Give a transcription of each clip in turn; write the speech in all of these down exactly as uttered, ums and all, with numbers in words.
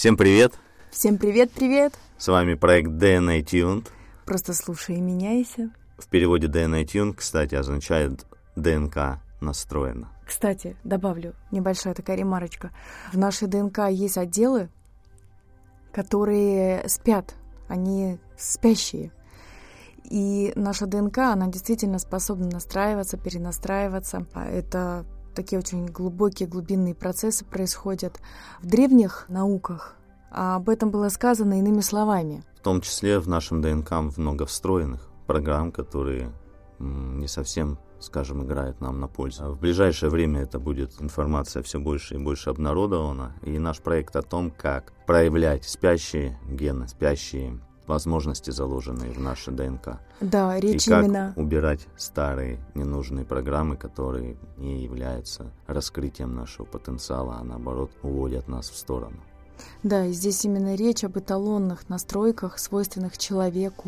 Всем привет! Всем привет-привет! С вами проект ди эн эй Tuned. Просто слушай и меняйся. В переводе ди эн эй Tuned, кстати, означает ДНК настроена. Кстати, добавлю небольшая такая ремарочка. В нашей ДНК есть отделы, которые спят, они спящие. И наша ДНК, она действительно способна настраиваться, перенастраиваться. Это такие очень глубокие, глубинные процессы происходят. В древних науках об этом было сказано иными словами. В том числе в нашем ДНК много встроенных программ, которые м, не совсем, скажем, играют нам на пользу. В ближайшее время это будет информация все больше и больше обнародована. И наш проект о том, как проявлять спящие гены, спящие возможности, заложенные в нашей ДНК. Да, речь и как именно... убирать старые ненужные программы, которые не являются раскрытием нашего потенциала, а наоборот уводят нас в сторону. Да, и здесь именно речь об эталонных настройках, свойственных человеку.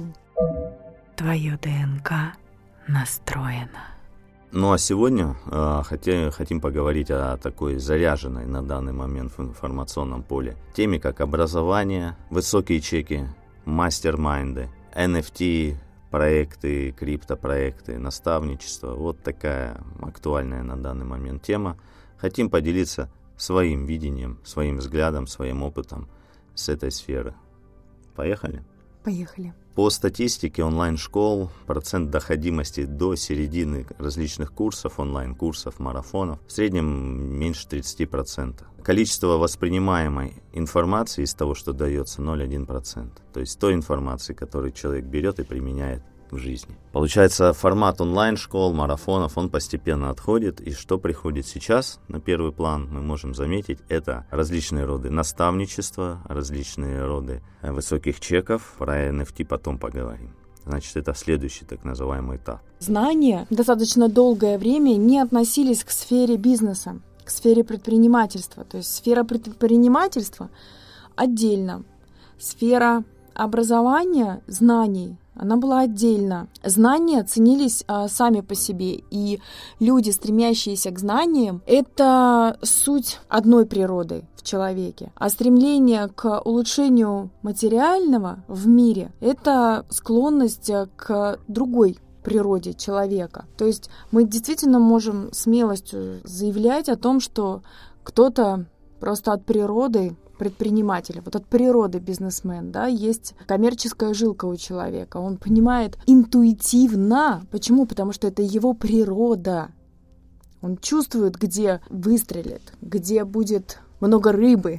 Твое ДНК настроено. Ну а сегодня э, хотя, хотим поговорить о такой заряженной на данный момент в информационном поле теме, как образование, высокие чеки, мастер-майнды, эн эф ти проекты, криптопроекты, наставничество. Вот такая актуальная на данный момент тема. Хотим поделиться своим видением, своим взглядом, своим опытом с этой сферы. Поехали? Поехали. По статистике онлайн-школ процент доходимости до середины различных курсов, онлайн-курсов, марафонов в среднем меньше тридцать процентов. Количество воспринимаемой информации из того, что дается, ноль целых одна десятая процента. То есть той информации, которую человек берет и применяет в жизни. Получается, формат онлайн-школ, марафонов, он постепенно отходит. И что приходит сейчас на первый план, мы можем заметить, это различные роды наставничества, различные роды высоких чеков. Про эн эф ти потом поговорим. Значит, это следующий так называемый этап. Знания достаточно долгое время не относились к сфере бизнеса, к сфере предпринимательства. То есть сфера предпринимательства отдельно. Сфера образования, знаний, она была отдельно. Знания ценились а, сами по себе, и люди, стремящиеся к знаниям, это суть одной природы в человеке. А стремление к улучшению материального в мире – это склонность к другой природе человека. То есть мы действительно можем смелостью заявлять о том, что кто-то просто от природы предпринимателя, вот от природы бизнесмен, да, есть коммерческая жилка у человека, он понимает интуитивно. Почему? Потому что это его природа. Он чувствует, где выстрелит, где будет много рыбы.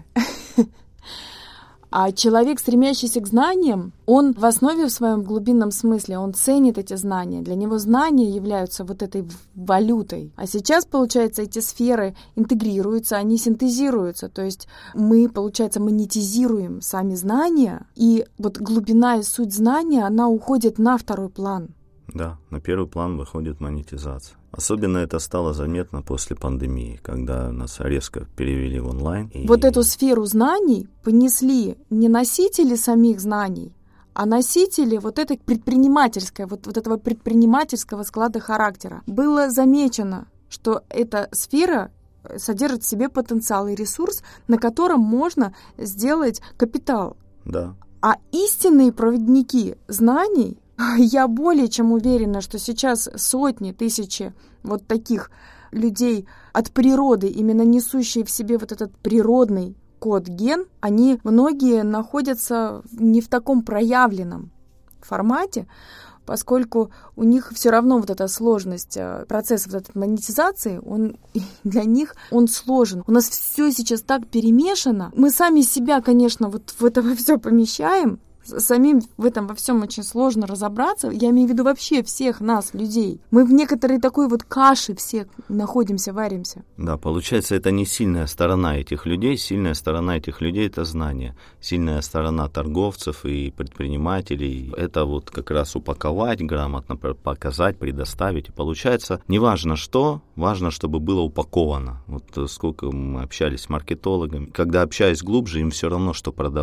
А человек, стремящийся к знаниям, он в основе в своем глубинном смысле, он ценит эти знания. Для него знания являются вот этой валютой. А сейчас, получается, эти сферы интегрируются, они синтезируются. То есть мы, получается, монетизируем сами знания, и вот глубина и суть знания, она уходит на второй план. Да, на первый план выходит монетизация. Особенно это стало заметно после пандемии, когда нас резко перевели в онлайн. И... Вот эту сферу знаний понесли не носители самих знаний, а носители вот этой предпринимательской, вот, вот этого предпринимательского склада характера. Было замечено, что эта сфера содержит в себе потенциал и ресурс, на котором можно сделать капитал. Да. А истинные проводники знаний, я более чем уверена, что сейчас сотни, тысячи вот таких людей от природы, именно несущие в себе вот этот природный код-ген, они многие находятся не в таком проявленном формате, поскольку у них все равно вот эта сложность процесса вот этой монетизации, он для них он сложен. У нас все сейчас так перемешано. Мы сами себя, конечно, вот в это все помещаем. Самим в этом во всем очень сложно разобраться. Я имею в виду вообще всех нас, людей. Мы в некоторой такой вот каше все находимся, варимся. Да, получается, это не сильная сторона этих людей. Сильная сторона этих людей – это знание. Сильная сторона торговцев и предпринимателей – это вот как раз упаковать грамотно, показать, предоставить. И получается, не важно что, важно, чтобы было упаковано. Вот сколько мы общались с маркетологами. Когда общаюсь глубже, им все равно, что продавать.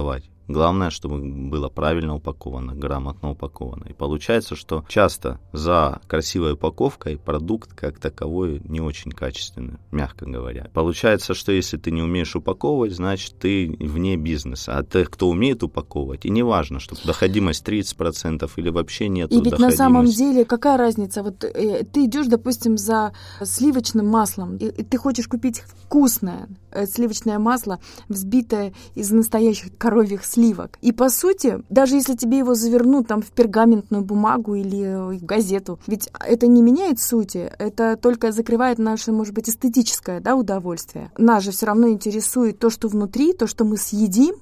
Главное, чтобы было правильно упаковано, грамотно упаковано. И получается, что часто за красивой упаковкой продукт как таковой не очень качественный, мягко говоря. Получается, что если ты не умеешь упаковывать, значит, ты вне бизнеса. А те, кто умеет упаковывать, и неважно, что доходимость тридцать процентов или вообще нет доходимости. И ведь на самом деле какая разница? Вот э, ты идешь, допустим, за сливочным маслом, и, и ты хочешь купить вкусное э, сливочное масло, взбитое из настоящих коровьих сливок. И по сути, даже если тебе его завернут там в пергаментную бумагу или в газету, ведь это не меняет сути, это только закрывает наше, может быть, эстетическое, да, удовольствие. Нас же все равно интересует то, что внутри, то, что мы съедим.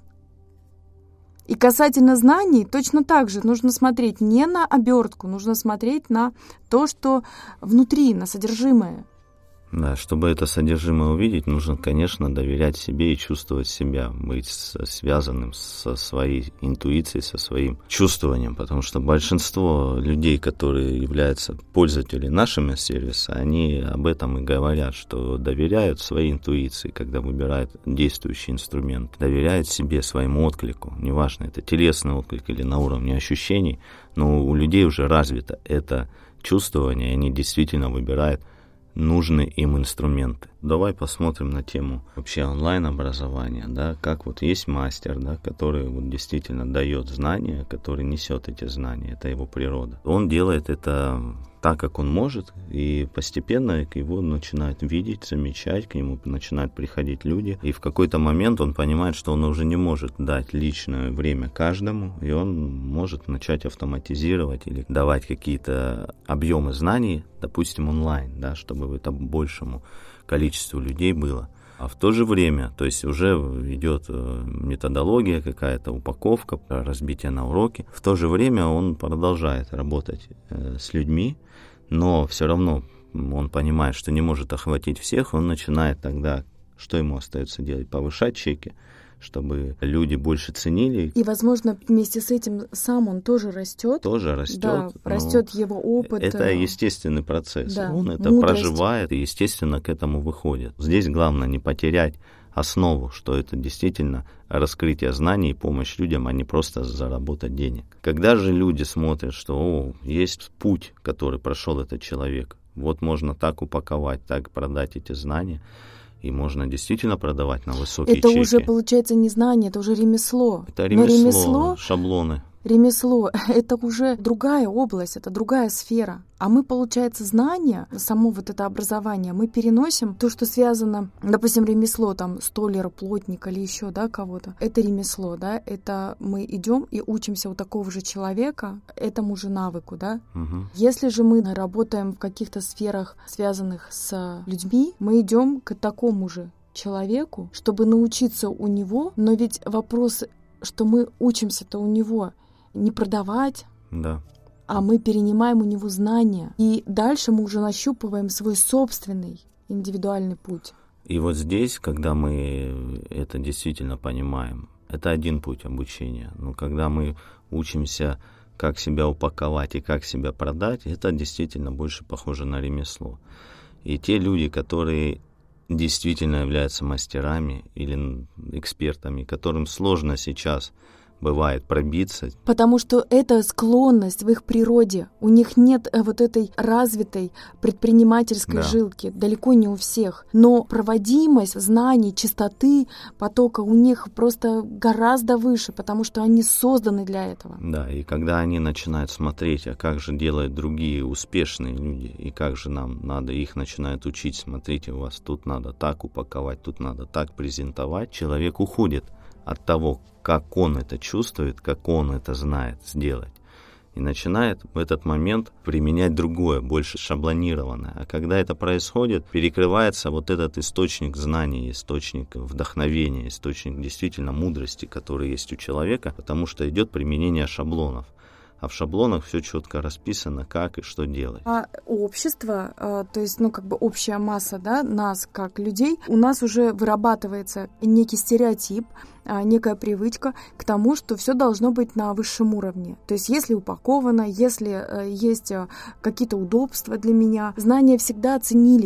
И касательно знаний, точно так же нужно смотреть не на обертку, нужно смотреть на то, что внутри, на содержимое. Да, чтобы это содержимое увидеть, нужно, конечно, доверять себе и чувствовать себя, быть связанным со своей интуицией, со своим чувствованием, потому что большинство людей, которые являются пользователями нашего сервиса, они об этом и говорят, что доверяют своей интуиции, когда выбирают действующий инструмент, доверяют себе, своему отклику, неважно, это телесный отклик или на уровне ощущений, но у людей уже развито это чувствование, и они действительно выбирают нужные им инструменты. Давай посмотрим на тему вообще онлайн-образования, да, как вот есть мастер, да, который вот действительно дает знания, который несет эти знания, это его природа. Он делает это так, как он может, и постепенно его начинают видеть, замечать, к нему начинают приходить люди, и в какой-то момент он понимает, что он уже не может дать личное время каждому, и он может начать автоматизировать или давать какие-то объемы знаний, допустим, онлайн, да, чтобы это большему количеству людей было. А в то же время, то есть уже идет методология какая-то, упаковка, разбитие на уроки. В то же время он продолжает работать с людьми, но все равно он понимает, что не может охватить всех, он начинает тогда, что ему остается делать? Повышать чеки, чтобы люди больше ценили. И, возможно, вместе с этим сам он тоже растет. Тоже растет. Да, растет его опыт. Это естественный процесс. Да, он это мудрость. Проживает и, естественно, к этому выходит. Здесь главное не потерять основу, что это действительно раскрытие знаний и помощь людям, а не просто заработать денег. Когда же люди смотрят, что о, есть путь, который прошел этот человек, вот можно так упаковать, так продать эти знания, и можно действительно продавать на высокие это чеки. Это уже, получается, не знание, это уже ремесло. Это ремесло, Но ремесло, шаблоны. Ремесло – это уже другая область, это другая сфера. А мы, получается, знания, само вот это образование, мы переносим то, что связано, допустим, ремесло, там, столера, плотника или еще, да, кого-то. Это ремесло, да, это мы идем и учимся у такого же человека, этому же навыку, да. Угу. Если же мы работаем в каких-то сферах, связанных с людьми, мы идем к такому же человеку, чтобы научиться у него, но ведь вопрос, что мы учимся-то у него не продавать, да. а мы перенимаем у него знания. И дальше мы уже нащупываем свой собственный индивидуальный путь. И вот здесь, когда мы это действительно понимаем, это один путь обучения. Но когда мы учимся, как себя упаковать и как себя продать, это действительно больше похоже на ремесло. И те люди, которые действительно являются мастерами или экспертами, которым сложно сейчас бывает пробиться. Потому что это склонность в их природе. У них нет вот этой развитой предпринимательской да. жилки. Далеко не у всех. Но проводимость знаний, чистоты потока у них просто гораздо выше, потому что они созданы для этого. Да, и когда они начинают смотреть, а как же делают другие успешные люди, и как же нам надо, их начинают учить, смотрите, у вас тут надо так упаковать, тут надо так презентовать, человек уходит от того, как он это чувствует, как он это знает сделать. И начинает в этот момент применять другое, больше шаблонированное. А когда это происходит, перекрывается вот этот источник знаний, источник вдохновения, источник действительно мудрости, который есть у человека, потому что идет применение шаблонов. А в шаблонах все четко расписано, как и что делать. А общество, то есть, ну, как бы общая масса, да, нас, как людей, у нас уже вырабатывается некий стереотип, некая привычка к тому, что все должно быть на высшем уровне. То есть, если упаковано, если есть какие-то удобства для меня, знания всегда ценились.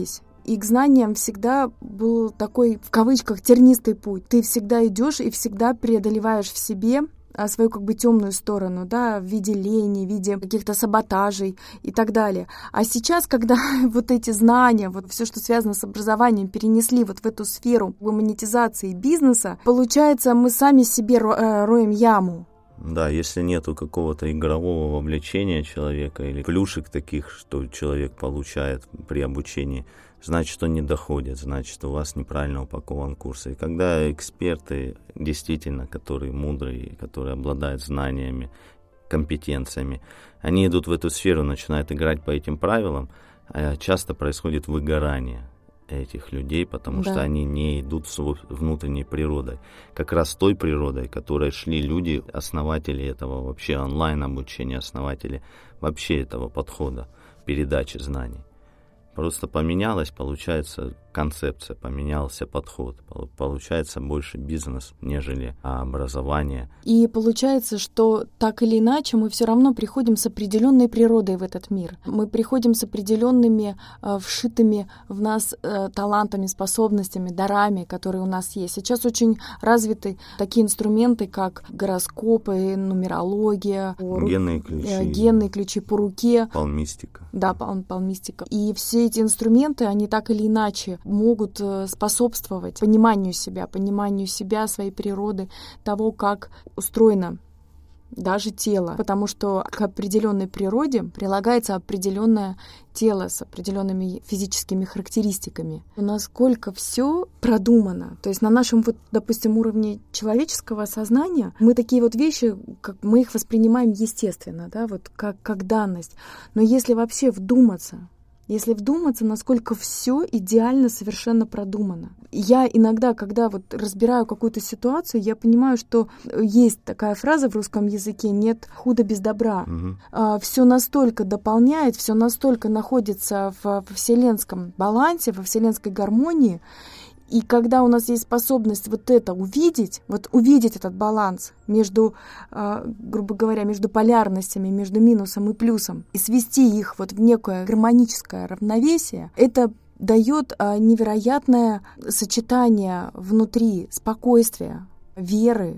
И к знаниям всегда был такой, в кавычках, тернистый путь. Ты всегда идешь и всегда преодолеваешь в себе свою как бы темную сторону, да, в виде лени, в виде каких-то саботажей и так далее. А сейчас, когда вот эти знания, вот все, что связано с образованием, перенесли вот в эту сферу монетизации бизнеса, получается, мы сами себе ро- роем яму. Да, если нету какого-то игрового вовлечения человека или плюшек таких, что человек получает при обучении, значит, он не доходит, значит, у вас неправильно упакован курс. И когда эксперты, действительно, которые мудрые, которые обладают знаниями, компетенциями, они идут в эту сферу, начинают играть по этим правилам, часто происходит выгорание этих людей, потому да. что они не идут с внутренней природой. Как раз той природой, которой шли люди, основатели этого вообще онлайн-обучения, основатели вообще этого подхода передачи знаний. Просто поменялась, получается, концепция, поменялся подход. Получается больше бизнес, нежели образование. И получается, что так или иначе мы все равно приходим с определенной природой в этот мир. Мы приходим с определенными э, вшитыми в нас э, талантами, способностями, дарами, которые у нас есть. Сейчас очень развиты такие инструменты, как гороскопы, нумерология, генные ключи, э, генные ключи по руке. Палмистика. Да, пал, палмистика. И все эти инструменты, они так или иначе могут способствовать пониманию себя, пониманию себя, своей природы, того, как устроено даже тело. Потому что к определенной природе прилагается определенное тело с определенными физическими характеристиками. Насколько все продумано. То есть на нашем, вот, допустим, уровне человеческого сознания мы такие вот вещи, как мы их воспринимаем естественно, да, вот как, как данность. Но если вообще вдуматься, Если вдуматься, насколько все идеально, совершенно продумано. Я иногда, когда вот разбираю какую-то ситуацию, я понимаю, что есть такая фраза в русском языке: нет худа без добра. Угу. А, все настолько дополняет, все настолько находится в, в вселенском балансе, во вселенской гармонии. И когда у нас есть способность вот это увидеть, вот увидеть этот баланс между, э, грубо говоря, между полярностями, между минусом и плюсом, и свести их вот в некое гармоническое равновесие, это дает э, невероятное сочетание внутри спокойствия, веры,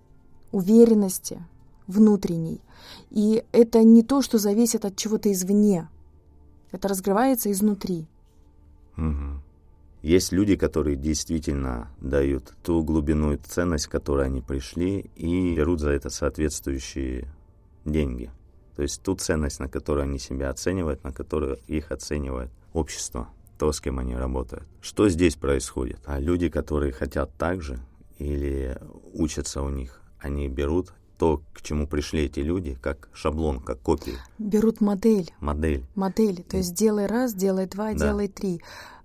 уверенности внутренней. И это не то, что зависит от чего-то извне. Это разгревается изнутри. Угу. Есть люди, которые действительно дают ту глубину и ценность, к которой они пришли, и берут за это соответствующие деньги. То есть ту ценность, на которую они себя оценивают, на которую их оценивает общество, то, с кем они работают. Что здесь происходит? А люди, которые хотят так же или учатся у них, они берут то, к чему пришли эти люди, как шаблон, как копию. Берут модель. Модель. Модель. То есть делай раз, делай два, да. делай три.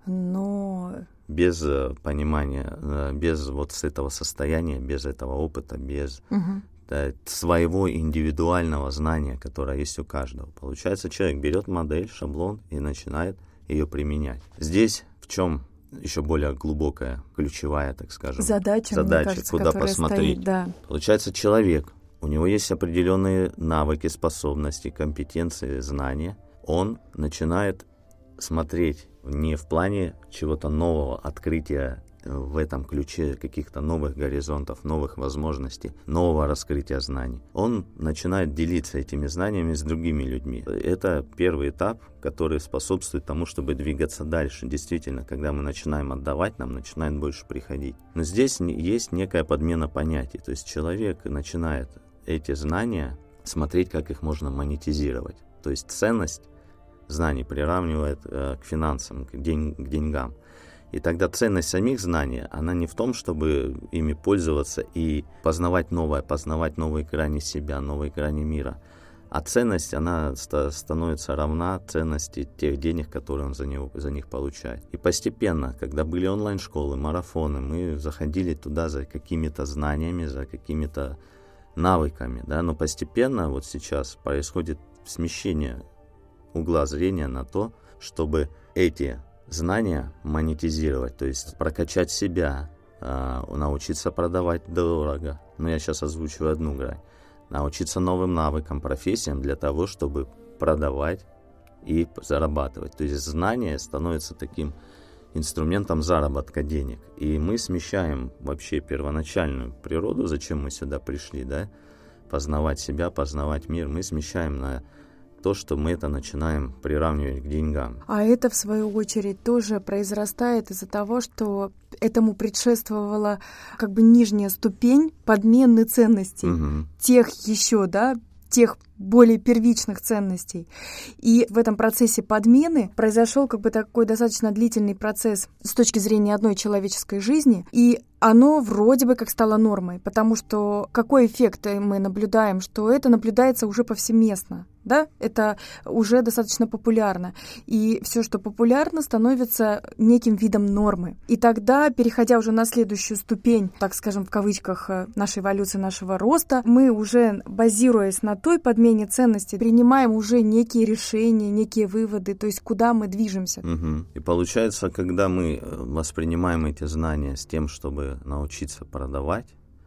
Но... Без uh, понимания, uh, без вот с этого состояния, без этого опыта, без угу. да, своего индивидуального знания, которое есть у каждого. Получается, человек берет модель, шаблон и начинает ее применять. Здесь в чем еще более глубокая, ключевая, так скажем, задача, задача мне кажется, куда посмотреть. Стоит, да. Получается, человек, у него есть определенные навыки, способности, компетенции, знания. Он начинает смотреть не в плане чего-то нового, открытия в этом ключе каких-то новых горизонтов, новых возможностей, нового раскрытия знаний. Он начинает делиться этими знаниями с другими людьми. Это первый этап, который способствует тому, чтобы двигаться дальше. Действительно, когда мы начинаем отдавать, нам начинает больше приходить. Но здесь есть некая подмена понятий. То есть человек начинает эти знания смотреть, как их можно монетизировать. То есть ценность знаний приравнивает э, к финансам, к, день, к деньгам. И тогда ценность самих знаний, она не в том, чтобы ими пользоваться и познавать новое, познавать новые грани себя, новые грани мира. А ценность, она ста- становится равна ценности тех денег, которые он за, него, за них получает. И постепенно, когда были онлайн-школы, марафоны, мы заходили туда за какими-то знаниями, за какими-то навыками. Да? Но постепенно вот сейчас происходит смещение угла зрения на то, чтобы эти знания монетизировать, то есть прокачать себя, научиться продавать дорого. Но я сейчас озвучиваю одну грань. Научиться новым навыкам, профессиям для того, чтобы продавать и зарабатывать. То есть знание становится таким инструментом заработка денег. И мы смещаем вообще первоначальную природу, зачем мы сюда пришли, да, познавать себя, познавать мир, мы смещаем на то, что мы это начинаем приравнивать к деньгам. А это, в свою очередь, тоже произрастает из-за того, что этому предшествовала как бы нижняя ступень подмены ценностей, угу. тех еще, да, тех более первичных ценностей. И в этом процессе подмены произошел как бы такой достаточно длительный процесс с точки зрения одной человеческой жизни, и оно вроде бы как стало нормой, потому что какой эффект мы наблюдаем, что это наблюдается уже повсеместно, да, это уже достаточно популярно, и все, что популярно, становится неким видом нормы. И тогда, переходя уже на следующую ступень, так скажем, в кавычках, нашей эволюции, нашего роста, мы уже, базируясь на той подмене ценностей, принимаем уже некие решения, некие выводы, то есть куда мы движемся. Угу. И получается, когда мы воспринимаем эти знания с тем, чтобы научиться продавать,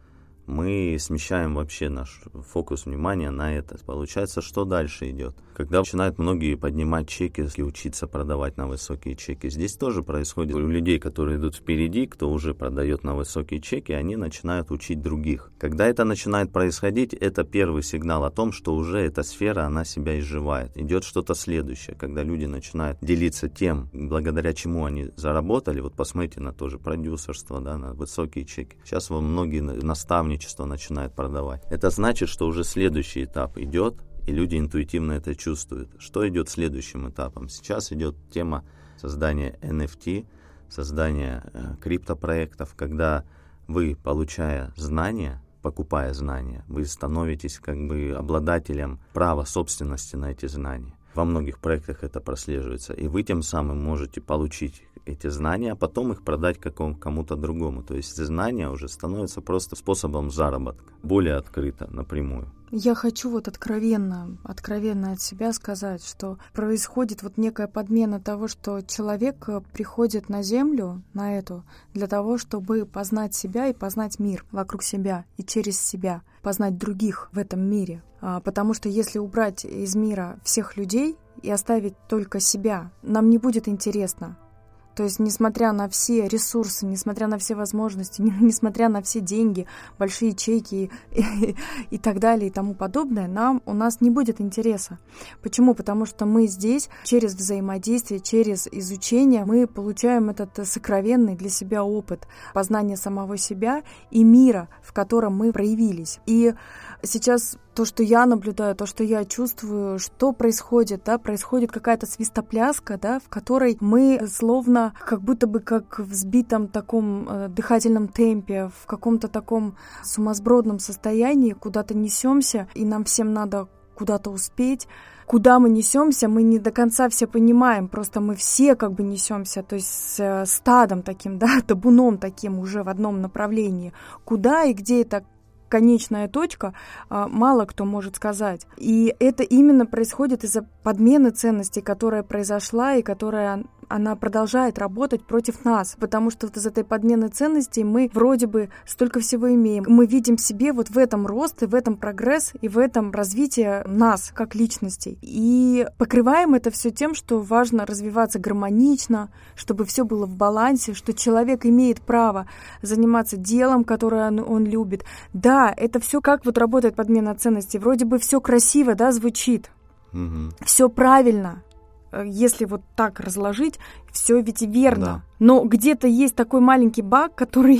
мы смещаем вообще наш фокус внимания на это. Получается, что дальше идет? Когда начинают многие поднимать чеки и учиться продавать на высокие чеки, здесь тоже происходит. У людей, которые идут впереди, кто уже продает на высокие чеки, они начинают учить других. Когда это начинает происходить, это первый сигнал о том, что уже эта сфера, она себя изживает. Идет что-то следующее, когда люди начинают делиться тем, благодаря чему они заработали. Вот посмотрите на то же продюсерство, да, на высокие чеки. Сейчас во многие наставники начинает продавать. Это значит, что уже следующий этап идет, и люди интуитивно это чувствуют. Что идет следующим этапом? Сейчас идет тема создания эн эф ти, создания э, криптопроектов, когда вы, получая знания, покупая знания, вы становитесь как бы обладателем права собственности на эти знания. Во многих проектах это прослеживается, и вы тем самым можете получить эти знания, а потом их продать какому- кому-то другому. То есть знания уже становятся просто способом заработка, более открыто, напрямую. Я хочу вот откровенно, откровенно от себя сказать, что происходит вот некая подмена того, что человек приходит на Землю, на эту, для того, чтобы познать себя и познать мир вокруг себя и через себя, познать других в этом мире. Потому что если убрать из мира всех людей и оставить только себя, нам не будет интересно. То есть, несмотря на все ресурсы, несмотря на все возможности, несмотря на все деньги, большие чеки и, и, и так далее и тому подобное, нам, у нас не будет интереса. Почему? Потому что мы здесь через взаимодействие, через изучение мы получаем этот сокровенный для себя опыт познания самого себя и мира, в котором мы проявились. И сейчас то, что я наблюдаю, то, что я чувствую, что происходит, да, происходит какая-то свистопляска, да, в которой мы словно как будто бы как в сбитом таком э, дыхательном темпе, в каком-то таком сумасбродном состоянии куда-то несемся, и нам всем надо куда-то успеть. Куда мы несемся, мы не до конца все понимаем, просто мы все как бы несемся, то есть с стадом таким, да, табуном таким уже в одном направлении. Куда и где это конечная точка, мало кто может сказать. И это именно происходит из-за подмены ценностей, которая произошла и которая она продолжает работать против нас, потому что вот из этой подмены ценностей мы вроде бы столько всего имеем. Мы видим себе вот в этом рост, и в этом прогресс, и в этом развитие нас, как личностей. И покрываем это все тем, что важно развиваться гармонично, чтобы все было в балансе, что человек имеет право заниматься делом, которое он, он любит. Да, это все как вот работает подмена ценностей. Вроде бы все красиво, да, звучит. Mm-hmm. Все правильно. Если вот так разложить, все ведь верно. Да. Но где-то есть такой маленький баг, который,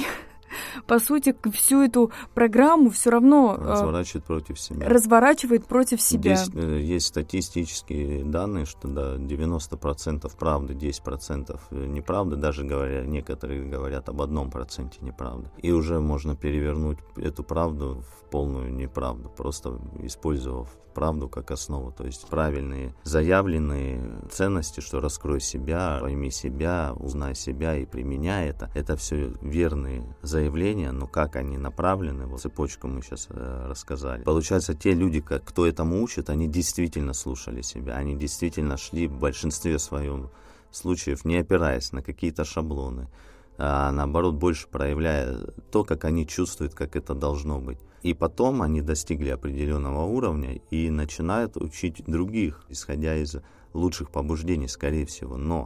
по сути, всю эту программу все равно разворачивает против себя. Разворачивает против себя. Здесь э, есть статистические данные, что да, девяносто процентов правды, десять процентов неправды, даже говоря, некоторые говорят об одном проценте неправды. И уже можно перевернуть эту правду в полную неправду, просто использовав правду как основу, то есть правильные заявленные ценности, что раскрой себя, пойми себя, узнай себя и применяй это. Это все верные заявления, но как они направлены, вот цепочку мы сейчас э, рассказали. Получается, те люди, как, кто этому учат, они действительно слушали себя, они действительно шли в большинстве своем случаев, не опираясь на какие-то шаблоны, а наоборот больше проявляя то, как они чувствуют, как это должно быть. И потом они достигли определенного уровня и начинают учить других, исходя из лучших побуждений, скорее всего. Но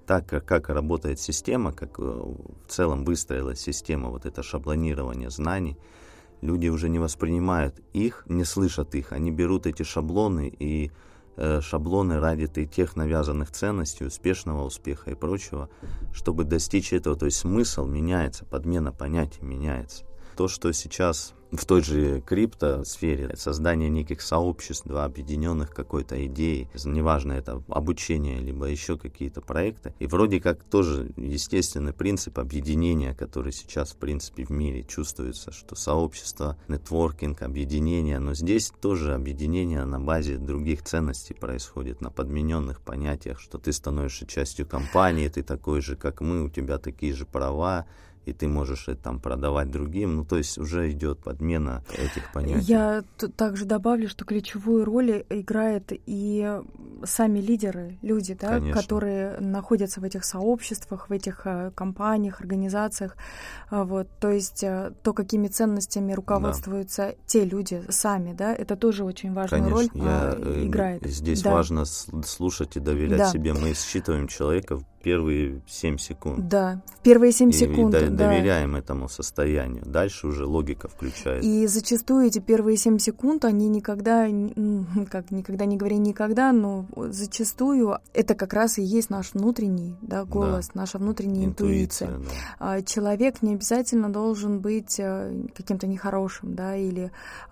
так как, как работает система, как в целом выстроилась система, вот это шаблонирование знаний, люди уже не воспринимают их, не слышат их. Они берут эти шаблоны и э, шаблоны ради тех навязанных ценностей, успешного успеха и прочего, чтобы достичь этого. То есть смысл меняется, подмена понятий меняется. То, что сейчас в той же криптосфере, создание неких сообществ, да, объединенных какой-то идеей, неважно, это обучение, либо еще какие-то проекты, и вроде как тоже естественный принцип объединения, который сейчас, в принципе, в мире чувствуется, что сообщество, нетворкинг, объединение, но здесь тоже объединение на базе других ценностей происходит, на подмененных понятиях, что ты становишься частью компании, ты такой же, как мы, у тебя такие же права, и ты можешь это там продавать другим. Ну, то есть уже идет подмена этих понятий. Я тут также добавлю, что ключевую роль играют и сами лидеры, люди, да, которые находятся в этих сообществах, в этих компаниях, организациях. Вот. То есть то, какими ценностями руководствуются да. те люди сами, да, это тоже очень важную Конечно. роль Я, играет. Здесь да. важно слушать и доверять да. себе. Мы считываем человека в первые семь секунд. Да, в первые семь и, секунд. И да. доверяем этому состоянию. Дальше уже логика включается. И зачастую эти первые семь секунд, они никогда, как никогда не говоря никогда, но зачастую это как раз и есть наш внутренний да, голос, да. наша внутренняя интуиция. интуиция. Да. Человек не обязательно должен быть каким-то нехорошим, да, или,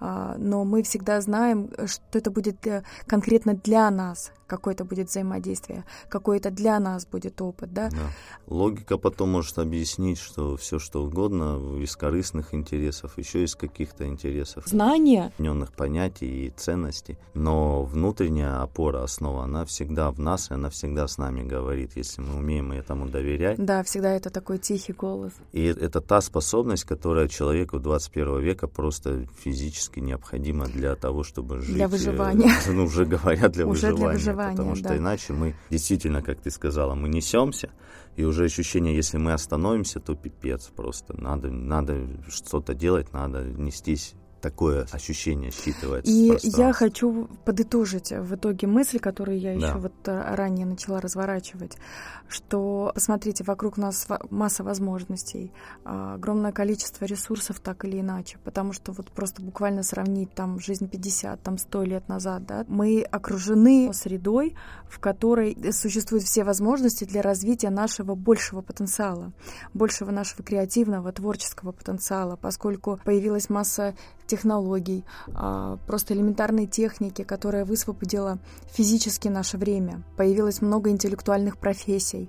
но мы всегда знаем, что это будет конкретно для нас. Какое-то будет взаимодействие, какой-то для нас будет опыт, да? да. Логика потом может объяснить, что все что угодно из корыстных интересов, еще из каких-то интересов. Знания. Определенных понятий и ценностей. Но внутренняя опора, основа, она всегда в нас, и она всегда с нами говорит, если мы умеем этому доверять. Да, всегда это такой тихий голос. И это та способность, которая человеку двадцать первого века просто физически необходима для того, чтобы жить. Для выживания. Ну, уже говоря, для уже выживания. Для выживания. Потому что да. иначе мы действительно, как ты сказала, мы несемся, и уже ощущение, если мы остановимся, то пипец просто. Надо, надо что-то делать, надо нестись. Такое ощущение считывается. И я хочу подытожить в итоге мысль, которую я да. еще вот ранее начала разворачивать, что, посмотрите, вокруг нас масса возможностей, огромное количество ресурсов так или иначе, потому что вот просто буквально сравнить там жизнь пятьдесят, там сто лет назад, да, мы окружены средой, в которой существуют все возможности для развития нашего большего потенциала, большего нашего креативного, творческого потенциала, поскольку появилась масса технологий, просто элементарной техники, которая высвободила физически наше время. Появилось много интеллектуальных профессий.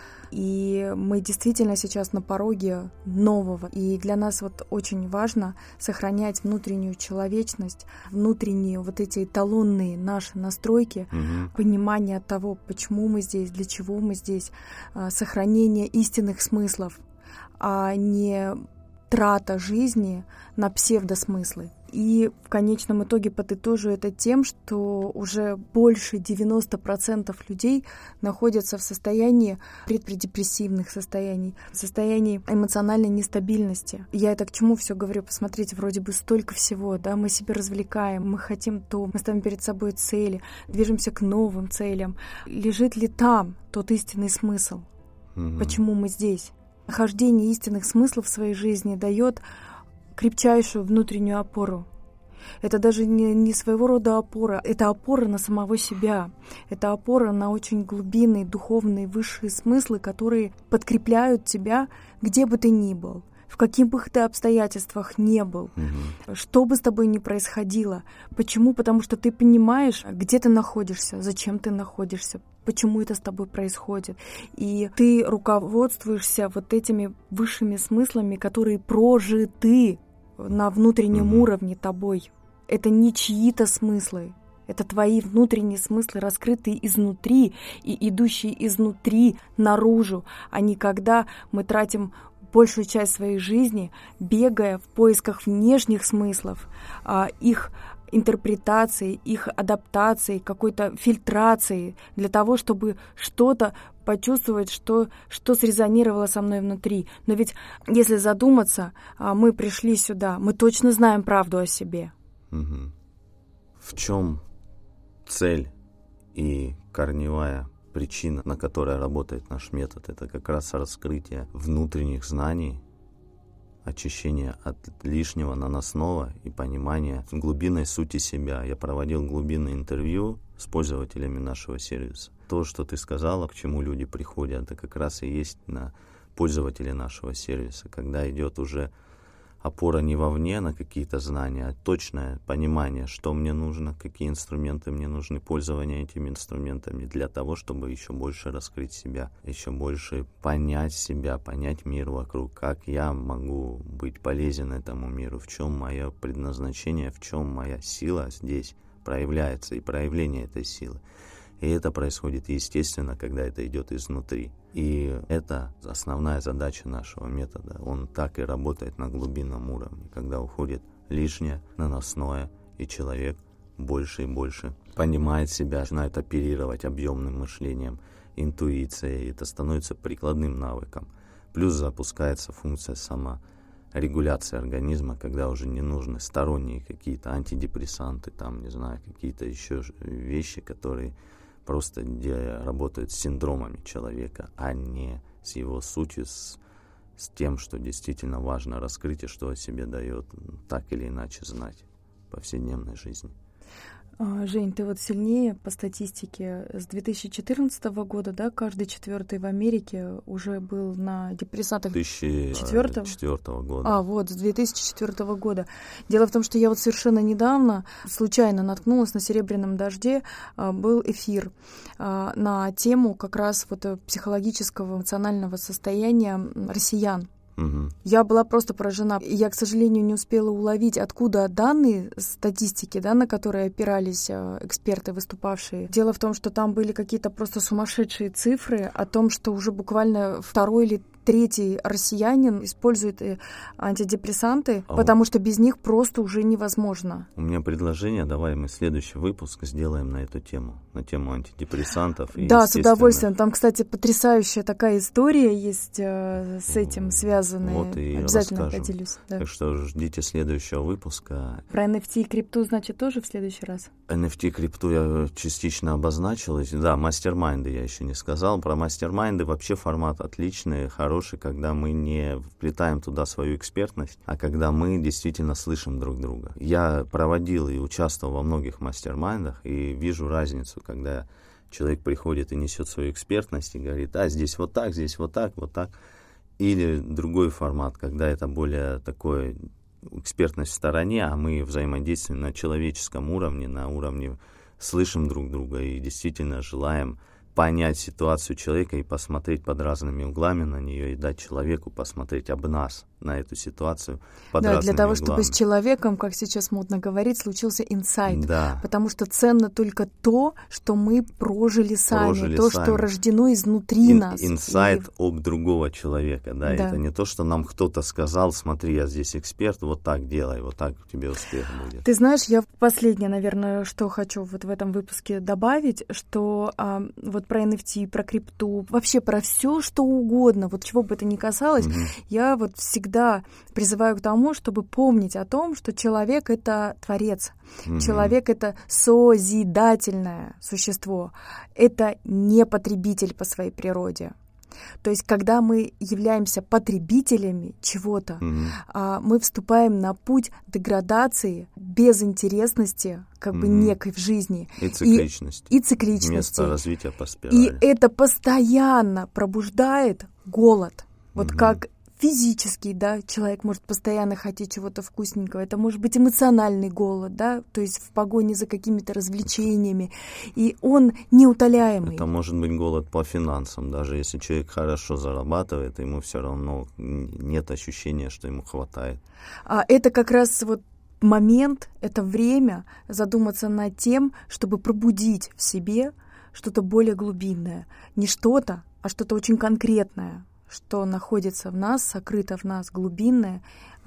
И мы действительно сейчас на пороге нового. И для нас вот очень важно сохранять внутреннюю человечность, внутренние вот эти эталонные наши настройки, угу. понимание того, почему мы здесь, для чего мы здесь, сохранение истинных смыслов, а не трата жизни на псевдосмыслы. И в конечном итоге подытожу это тем, что уже больше девяносто процентов людей находятся в состоянии предпредепрессивных состояний, в состоянии эмоциональной нестабильности. Я это к чему все говорю? Посмотрите, вроде бы столько всего, да, мы себя развлекаем, мы хотим то, мы ставим перед собой цели, движемся к новым целям. Лежит ли там тот истинный смысл? Угу. Почему мы здесь? Нахождение истинных смыслов в своей жизни дает крепчайшую внутреннюю опору. Это даже не, не своего рода опора, это опора на самого себя. Это опора на очень глубинные, духовные, высшие смыслы, которые подкрепляют тебя, где бы ты ни был, в каких бы ты обстоятельствах не был, угу. что бы с тобой ни происходило. Почему? Потому что ты понимаешь, где ты находишься, зачем ты находишься, почему это с тобой происходит. И ты руководствуешься вот этими высшими смыслами, которые прожиты на внутреннем mm-hmm. уровне тобой. Это не чьи-то смыслы. Это твои внутренние смыслы, раскрытые изнутри и идущие изнутри наружу, а не когда мы тратим большую часть своей жизни, бегая в поисках внешних смыслов, их интерпретации, их адаптации, какой-то фильтрации для того, чтобы что-то почувствовать, что, что срезонировало со мной внутри. Но ведь, если задуматься, мы пришли сюда, мы точно знаем правду о себе. Угу. В чем цель и корневая причина, на которой работает наш метод. Это как раз раскрытие внутренних знаний, очищение от лишнего, наносного и понимание глубинной сути себя. Я проводил глубинное интервью с пользователями нашего сервиса. То, что ты сказала, к чему люди приходят, это как раз и есть на пользователей нашего сервиса, когда идет уже опора не вовне на какие-то знания, а точное понимание, что мне нужно, какие инструменты мне нужны, пользование этими инструментами для того, чтобы еще больше раскрыть себя, еще больше понять себя, понять мир вокруг, как я могу быть полезен этому миру, в чем мое предназначение, в чем моя сила здесь проявляется и проявление этой силы. И это происходит естественно, когда это идет изнутри. И это основная задача нашего метода. Он так и работает на глубинном уровне, когда уходит лишнее, наносное, и человек больше и больше понимает себя, начинает оперировать объемным мышлением, интуицией. Это становится прикладным навыком. Плюс запускается функция саморегуляции организма, когда уже не нужны сторонние какие-то антидепрессанты, там, не знаю, какие-то еще вещи, которые просто работают с синдромами человека, а не с его сутью, с, с тем, что действительно важно раскрыть и что о себе дает так или иначе знать в повседневной жизни. Жень, ты вот сильнее по статистике. С две тысячи четырнадцатого года, да, каждый четвертый в Америке уже был на депрессантах. две тысячи четвёртого года. А, вот, с две тысячи четвёртого года. Дело в том, что я вот совершенно недавно случайно наткнулась на «Серебряном дожде», был эфир на тему как раз вот психологического, эмоционального состояния россиян. Угу. Я была просто поражена. Я, к сожалению, не успела уловить, откуда данные статистики, да, на которые опирались эксперты, выступавшие. Дело в том, что там были какие-то просто сумасшедшие цифры о том, что уже буквально второй или третий россиянин использует антидепрессанты, а потому вот что без них просто уже невозможно. У меня предложение, давай мы следующий выпуск сделаем на эту тему, на тему антидепрессантов. Да, с удовольствием. Там, кстати, потрясающая такая история есть э, с этим связанная. Вот и обязательно расскажем. Поделюсь. Да. Так что ждите следующего выпуска. Про эн эф ти и крипту, значит, тоже в следующий раз? эн эф ти, крипту я частично обозначил. Да, мастер-майнды я еще не сказал. Про мастер-майнды вообще формат отличный, хороший, когда мы не вплетаем туда свою экспертность, а когда мы действительно слышим друг друга. Я проводил и участвовал во многих мастер-майндах и вижу разницу, когда человек приходит и несет свою экспертность и говорит, а здесь вот так, здесь вот так, вот так. Или другой формат, когда это более такое экспертность в стороне, а мы взаимодействуем на человеческом уровне, на уровне слышим друг друга и действительно желаем понять ситуацию человека и посмотреть под разными углами на нее, и дать человеку посмотреть об нас на эту ситуацию под да, разными для того, углами. Чтобы с человеком, как сейчас модно говорить, случился инсайт. Да. Потому что ценно только то, что мы прожили сами, прожили то, сами. Что рождено изнутри Ин- нас. Инсайт и... об другого человека, да? да. Это не то, что нам кто-то сказал, смотри, я здесь эксперт, вот так делай, вот так у тебя успех будет. Ты знаешь, я последнее, наверное, что хочу вот в этом выпуске добавить, что а, вот про эн эф ти, про крипту, вообще про все, что угодно, вот чего бы это ни касалось, mm-hmm. я вот всегда призываю к тому, чтобы помнить о том, что человек — это творец, mm-hmm. человек — это созидательное существо, это не потребитель по своей природе. То есть, когда мы являемся потребителями чего-то, mm-hmm. а, мы вступаем на путь деградации, безинтересности, как mm-hmm. бы некой в жизни. И цикличности. И, и цикличности. Вместо развития по спирали. И это постоянно пробуждает голод. Вот mm-hmm. как физический, да, человек может постоянно хотеть чего-то вкусненького. Это может быть эмоциональный голод, да, то есть в погоне за какими-то развлечениями. И он неутоляемый. Это может быть голод по финансам. Даже если человек хорошо зарабатывает, ему все равно нет ощущения, что ему хватает. А это как раз вот момент, это время задуматься над тем, чтобы пробудить в себе что-то более глубинное. Не что-то, а что-то очень конкретное, что находится в нас, сокрыто в нас, глубинное,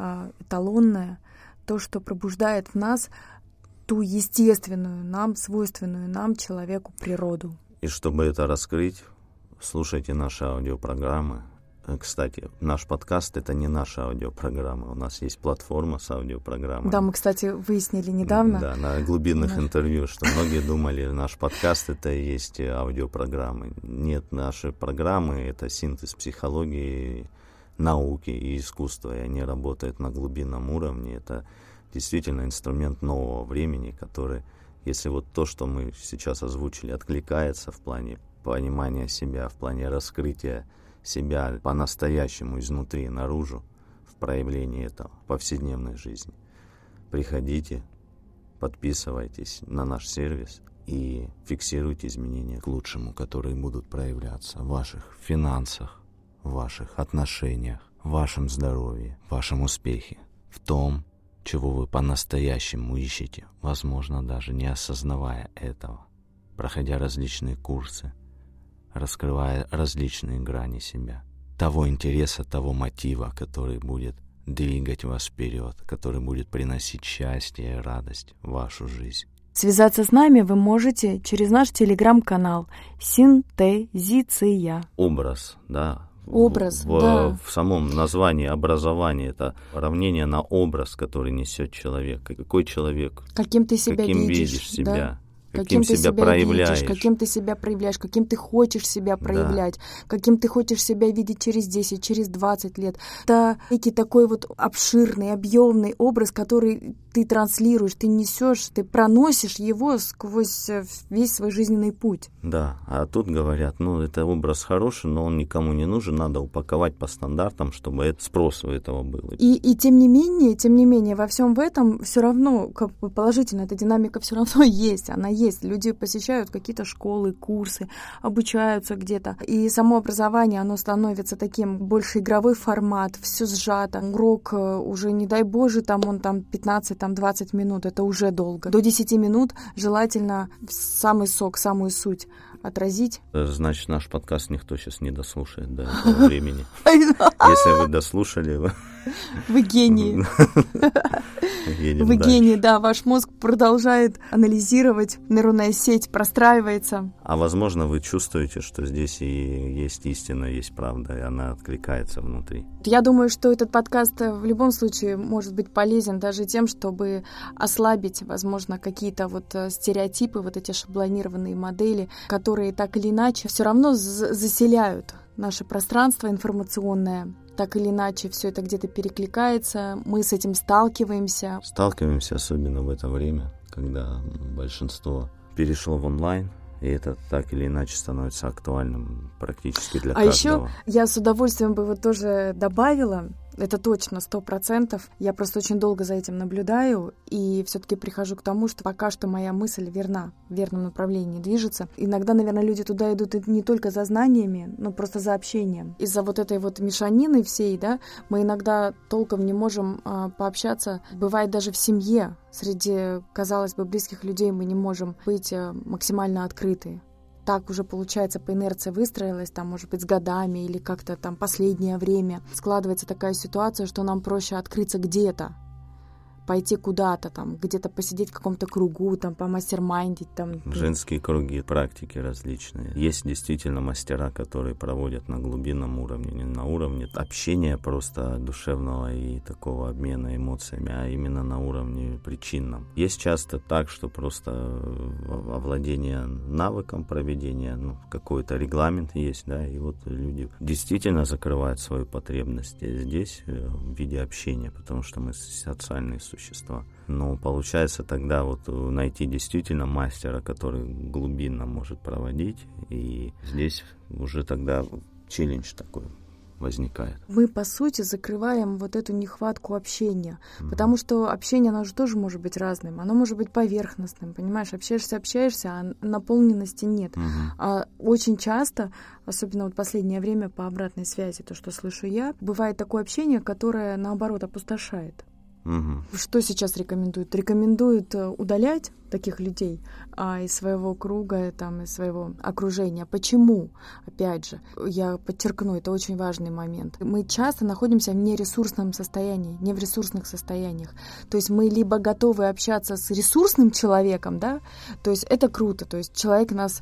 эталонное, то, что пробуждает в нас ту естественную нам, свойственную нам, человеку, природу. И чтобы это раскрыть, слушайте наши аудиопрограммы, Кстати, наш подкаст — это не наша аудиопрограмма. У нас есть платформа с аудиопрограммой. Да, мы, кстати, выяснили недавно. Да, на глубинных интервью, что многие думали, наш подкаст — это и есть аудиопрограммы. Нет, наши программы — это синтез психологии, науки и искусства, и они работают на глубинном уровне. Это действительно инструмент нового времени, который, если вот то, что мы сейчас озвучили, откликается в плане понимания себя, в плане раскрытия себя по-настоящему изнутри наружу, в проявлении этого в повседневной жизни, приходите, подписывайтесь на наш сервис и фиксируйте изменения к лучшему, которые будут проявляться в ваших финансах, в ваших отношениях, в вашем здоровье, в вашем успехе, в том, чего вы по-настоящему ищете, возможно, даже не осознавая этого, проходя различные курсы, раскрывая различные грани себя, того интереса, того мотива, который будет двигать вас вперед, который будет приносить счастье и радость в вашу жизнь. Связаться с нами вы можете через наш телеграм-канал «Синтезиция». Образ, да. Образ, в, да. В самом названии образование — это равнение на образ, который несет человек. Какой человек? Каким ты себя каким видишь, видишь себя? Да? Каким, каким ты себя себя проявляешь. видишь, каким ты себя проявляешь, каким ты хочешь себя проявлять, да. каким ты хочешь себя видеть через десять, через двадцать лет. Это некий такой вот обширный, объемный образ, который ты транслируешь, ты несешь, ты проносишь его сквозь весь свой жизненный путь. Да, а тут говорят, ну, это образ хороший, но он никому не нужен, надо упаковать по стандартам, чтобы это, спрос у этого был. И, и тем не менее, тем не менее, во всем в этом все равно, как бы положительно, эта динамика все равно есть, она есть. Люди посещают какие-то школы, курсы, обучаются где-то. И само образование, оно становится таким больше игровой формат, все сжато. Урок уже, не дай Боже, там он там пятнадцать-двадцать минут, это уже долго. До десяти минут желательно самый сок, самую суть отразить. Значит, наш подкаст никто сейчас не дослушает до этого времени. Если вы дослушали... Вы гении. Вы гении, да. Ваш мозг продолжает анализировать, нейронная сеть простраивается. А возможно, вы чувствуете, что здесь и есть истина, есть правда, и она откликается внутри. Я думаю, что этот подкаст в любом случае может быть полезен даже тем, чтобы ослабить, возможно, какие-то вот стереотипы, вот эти шаблонированные модели, которые так или иначе все равно заселяют наше пространство информационное. Так или иначе, все это где-то перекликается, мы с этим сталкиваемся. Сталкиваемся особенно в это время, когда большинство перешло в онлайн, и это так или иначе становится актуальным практически для а каждого. А еще я с удовольствием бы вот тоже добавила, это точно, сто процентов. Я просто очень долго за этим наблюдаю и все-таки прихожу к тому, что пока что моя мысль верна, в верном направлении движется. Иногда, наверное, люди туда идут не только за знаниями, но просто за общением. Из-за вот этой вот мешанины всей, да, мы иногда толком не можем а, пообщаться. Бывает даже в семье, среди, казалось бы, близких людей мы не можем быть а, максимально открыты. Так уже, получается, по инерции выстроилась, там, может быть, с годами или как-то там последнее время. Складывается такая ситуация, что нам проще открыться где-то, пойти куда-то, там, где-то посидеть в каком-то кругу, там, помастер-майндить. Там. Женские круги, практики различные. Есть действительно мастера, которые проводят на глубинном уровне, не на уровне общения просто душевного и такого обмена эмоциями, а именно на уровне причинном. Есть часто так, что просто овладение навыком проведения, ну, какой-то регламент есть, да, и вот люди действительно закрывают свою потребность здесь в виде общения, потому что мы социальные существа. Но получается тогда вот найти действительно мастера, который глубинно может проводить, и здесь уже тогда челлендж такой возникает. Мы, по сути, закрываем вот эту нехватку общения, mm-hmm. потому что общение, оно же тоже может быть разным, оно может быть поверхностным, понимаешь, общаешься, общаешься, а наполненности нет. Mm-hmm. А очень часто, особенно вот в последнее время по обратной связи, то, что слышу я, бывает такое общение, которое, наоборот, опустошает. Угу. Что сейчас рекомендуют? Рекомендуют удалять таких людей а, из своего круга, там, из своего окружения. Почему? Опять же, я подчеркну, это очень важный момент. Мы часто находимся в нересурсном состоянии, не в ресурсных состояниях. То есть мы либо готовы общаться с ресурсным человеком, да, то есть это круто, то есть человек нас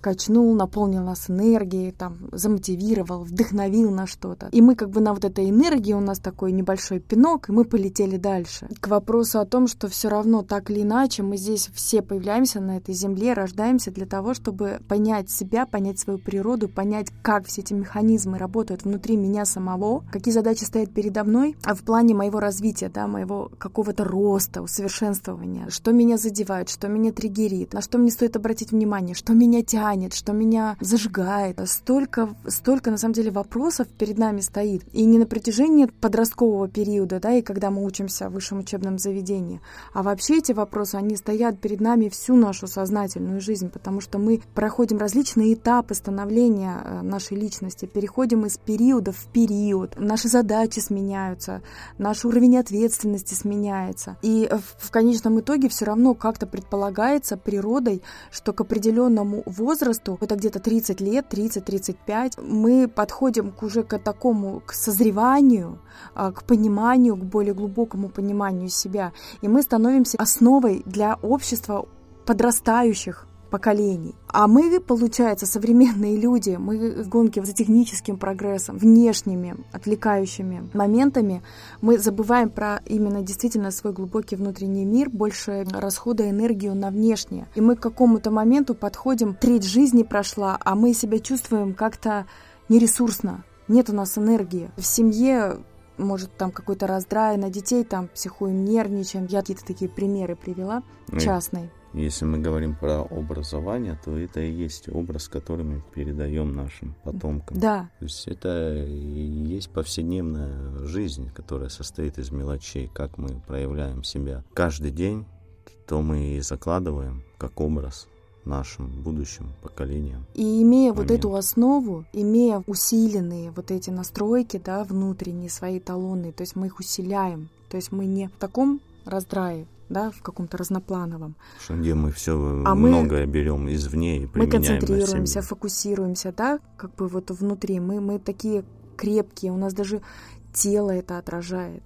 качнул, наполнил нас энергией, там, замотивировал, вдохновил на что-то. И мы как бы на вот этой энергии, у нас такой небольшой пинок, и мы полетели дальше. К вопросу о том, что все равно так или иначе мы здесь все появляемся на этой земле, рождаемся для того, чтобы понять себя, понять свою природу, понять, как все эти механизмы работают внутри меня самого, какие задачи стоят передо мной, а в плане моего развития, да, моего какого-то роста, усовершенствования, что меня задевает, что меня триггерит, на что мне стоит обратить внимание, что меня тянет, что меня зажигает. Столько, столько, на самом деле, вопросов перед нами стоит. И не на протяжении подросткового периода, да, и когда мы учимся в высшем учебном заведении, а вообще эти вопросы, они стоят перед нами всю нашу сознательную жизнь, потому что мы проходим различные этапы становления нашей личности, переходим из периода в период, наши задачи сменяются, наш уровень ответственности сменяется. И в, в конечном итоге все равно как-то предполагается природой, что к определенному возрасту, это где-то тридцать лет, тридцать-тридцать пять, мы подходим к уже к такому, к созреванию, к пониманию, к более глубокому пониманию себя. И мы становимся основой для общества подрастающих поколений. А мы, получается, современные люди, мы в гонке за техническим прогрессом, внешними, отвлекающими моментами, мы забываем про именно действительно свой глубокий внутренний мир, больше расхода энергию на внешнее. И мы к какому-то моменту подходим, треть жизни прошла, а мы себя чувствуем как-то нересурсно. Нет у нас энергии. В семье может, там какой-то раздрай на детей, там психуем, нервничаем. Я какие-то такие примеры привела, частные. Если мы говорим про образование, то это и есть образ, который мы передаем нашим потомкам. Да. То есть это и есть повседневная жизнь, которая состоит из мелочей, как мы проявляем себя каждый день, то мы и закладываем как образ нашим будущим поколениям. И имея момент. Вот эту основу, имея усиленные вот эти настройки, да, внутренние, свои эталоны, то есть мы их усиляем, то есть мы не в таком раздрае, да, в каком-то разноплановом. Что где мы все а многое мы, берем извне и применяем. Мы концентрируемся, фокусируемся, да, как бы вот внутри. Мы, мы такие крепкие, у нас даже тело это отражает.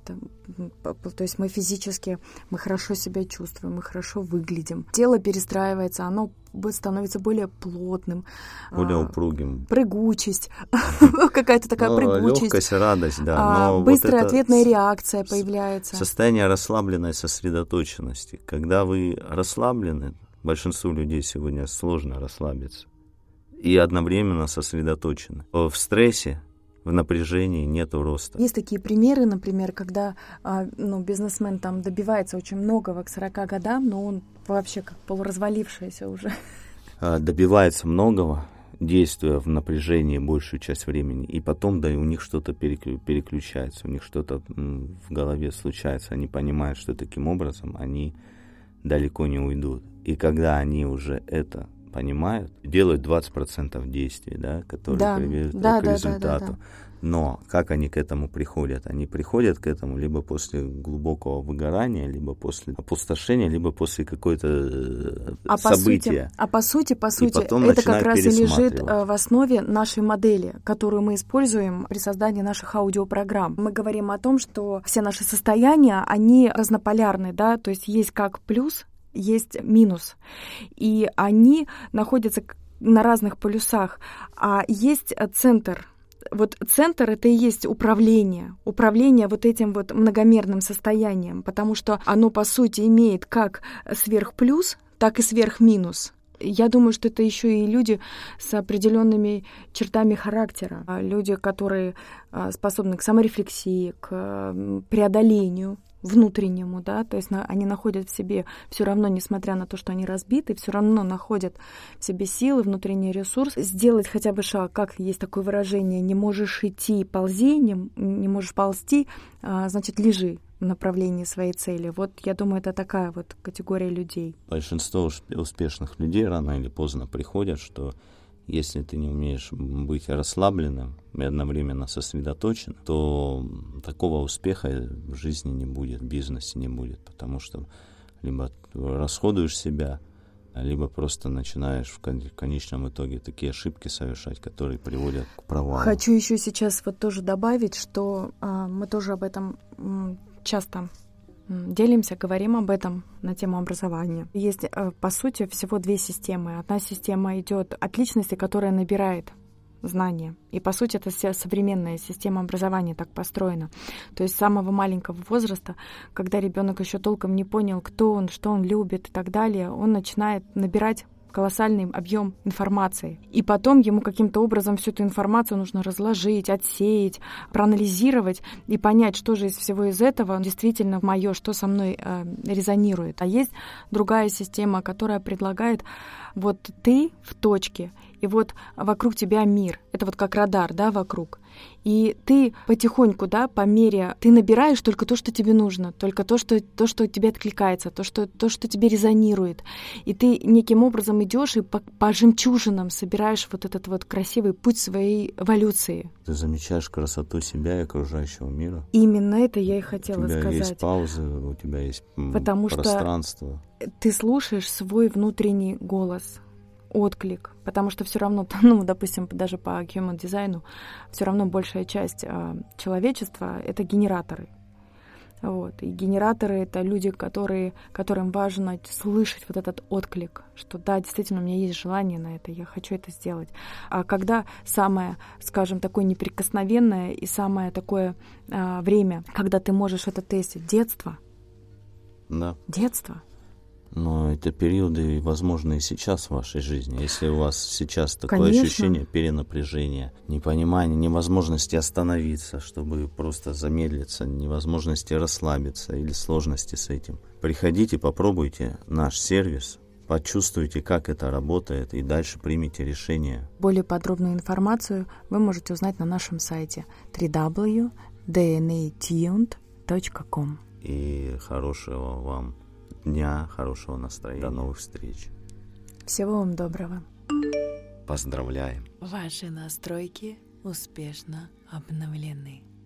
То есть мы физически, мы хорошо себя чувствуем, мы хорошо выглядим. Тело перестраивается, оно становится более плотным. Более упругим. Прыгучесть. Какая-то такая прыгучесть. Легкость, радость, да. Быстрая ответная реакция появляется. Состояние расслабленной сосредоточенности. Когда вы расслаблены, большинству людей сегодня сложно расслабиться. И одновременно сосредоточены. В стрессе, в напряжении нету роста. Есть такие примеры, например, когда ну, бизнесмен там добивается очень многого к сорока годам, но он вообще как полуразвалившийся уже. Добивается многого, действуя в напряжении большую часть времени, и потом, да, и у них что-то переключается, у них что-то в голове случается, они понимают, что таким образом они далеко не уйдут. И когда они уже это понимают, делают двадцать процентов действий, да, которые да, приведут да, к да, результату. Да, да, да. Но как они к этому приходят? Они приходят к этому либо после глубокого выгорания, либо после опустошения, либо после какой-то а события. По сути, а по сути, по сути, это как раз и лежит в основе нашей модели, которую мы используем при создании наших аудиопрограмм. Мы говорим о том, что все наши состояния, они разнополярны, да, то есть есть как плюс, есть минус, и они находятся на разных полюсах, а есть центр. Вот центр — это и есть управление, управление вот этим вот многомерным состоянием, потому что оно, по сути, имеет как сверхплюс, так и сверхминус. Я думаю, что это еще и люди с определенными чертами характера, люди, которые способны к саморефлексии, к преодолению внутреннему, да, то есть на, они находят в себе все равно, несмотря на то, что они разбиты, все равно находят в себе силы, внутренний ресурс, сделать хотя бы шаг, как есть такое выражение, не можешь идти, ползи, не, не можешь ползти, а, значит, лежи в направлении своей цели. Вот, я думаю, это такая вот категория людей. Большинство успешных людей рано или поздно приходят, что если ты не умеешь быть расслабленным и одновременно сосредоточен, то такого успеха в жизни не будет, в бизнесе не будет, потому что либо расходуешь себя, либо просто начинаешь в конечном итоге такие ошибки совершать, которые приводят к провалу. Хочу еще сейчас вот тоже добавить, что а, мы тоже об этом м, часто делимся, говорим об этом на тему образования. Есть, по сути, всего две системы. Одна система идет от личности, которая набирает знания. И, по сути, это вся современная система образования так построена. То есть с самого маленького возраста, когда ребенок еще толком не понял, кто он, что он любит и так далее, он начинает набирать колоссальный объем информации. И потом ему каким-то образом всю эту информацию нужно разложить, отсеять, проанализировать и понять, что же из всего из этого действительно мое, что со мной э, резонирует. А есть другая система, которая предлагает: вот ты в точке, и вот вокруг тебя мир. Это вот как радар, да, вокруг. И ты потихоньку, да, по мере, ты набираешь только то, что тебе нужно, только то, что, то, что тебе откликается, то что, то, что тебе резонирует. И ты неким образом идешь и по, по жемчужинам собираешь вот этот вот красивый путь своей эволюции. Ты замечаешь красоту себя и окружающего мира. Именно это я и хотела сказать. У тебя есть паузы, у тебя есть Потому пространство. Что ты слушаешь свой внутренний голос, отклик, потому что все равно, ну, допустим, даже по human дизайну, все равно большая часть э, человечества — это генераторы. Вот. И генераторы — это люди, которые, которым важно слышать вот этот отклик, что да, действительно, у меня есть желание на это, я хочу это сделать. А когда самое, скажем, такое неприкосновенное и самое такое э, время, когда ты можешь это тестить? Детство. Да. Детство. Но это периоды, возможно, и сейчас в вашей жизни. Если у вас сейчас такое Конечно. ощущение перенапряжения, непонимания, невозможности остановиться, чтобы просто замедлиться, невозможности расслабиться или сложности с этим, приходите, попробуйте наш сервис, почувствуйте, как это работает, и дальше примите решение. Более подробную информацию вы можете узнать на нашем сайте дабл ю дабл ю дабл ю точка ди эн эй тюнд точка ком. И хорошего вам дня, хорошего настроения. До новых встреч. Всего вам доброго. Поздравляем. Ваши настройки успешно обновлены.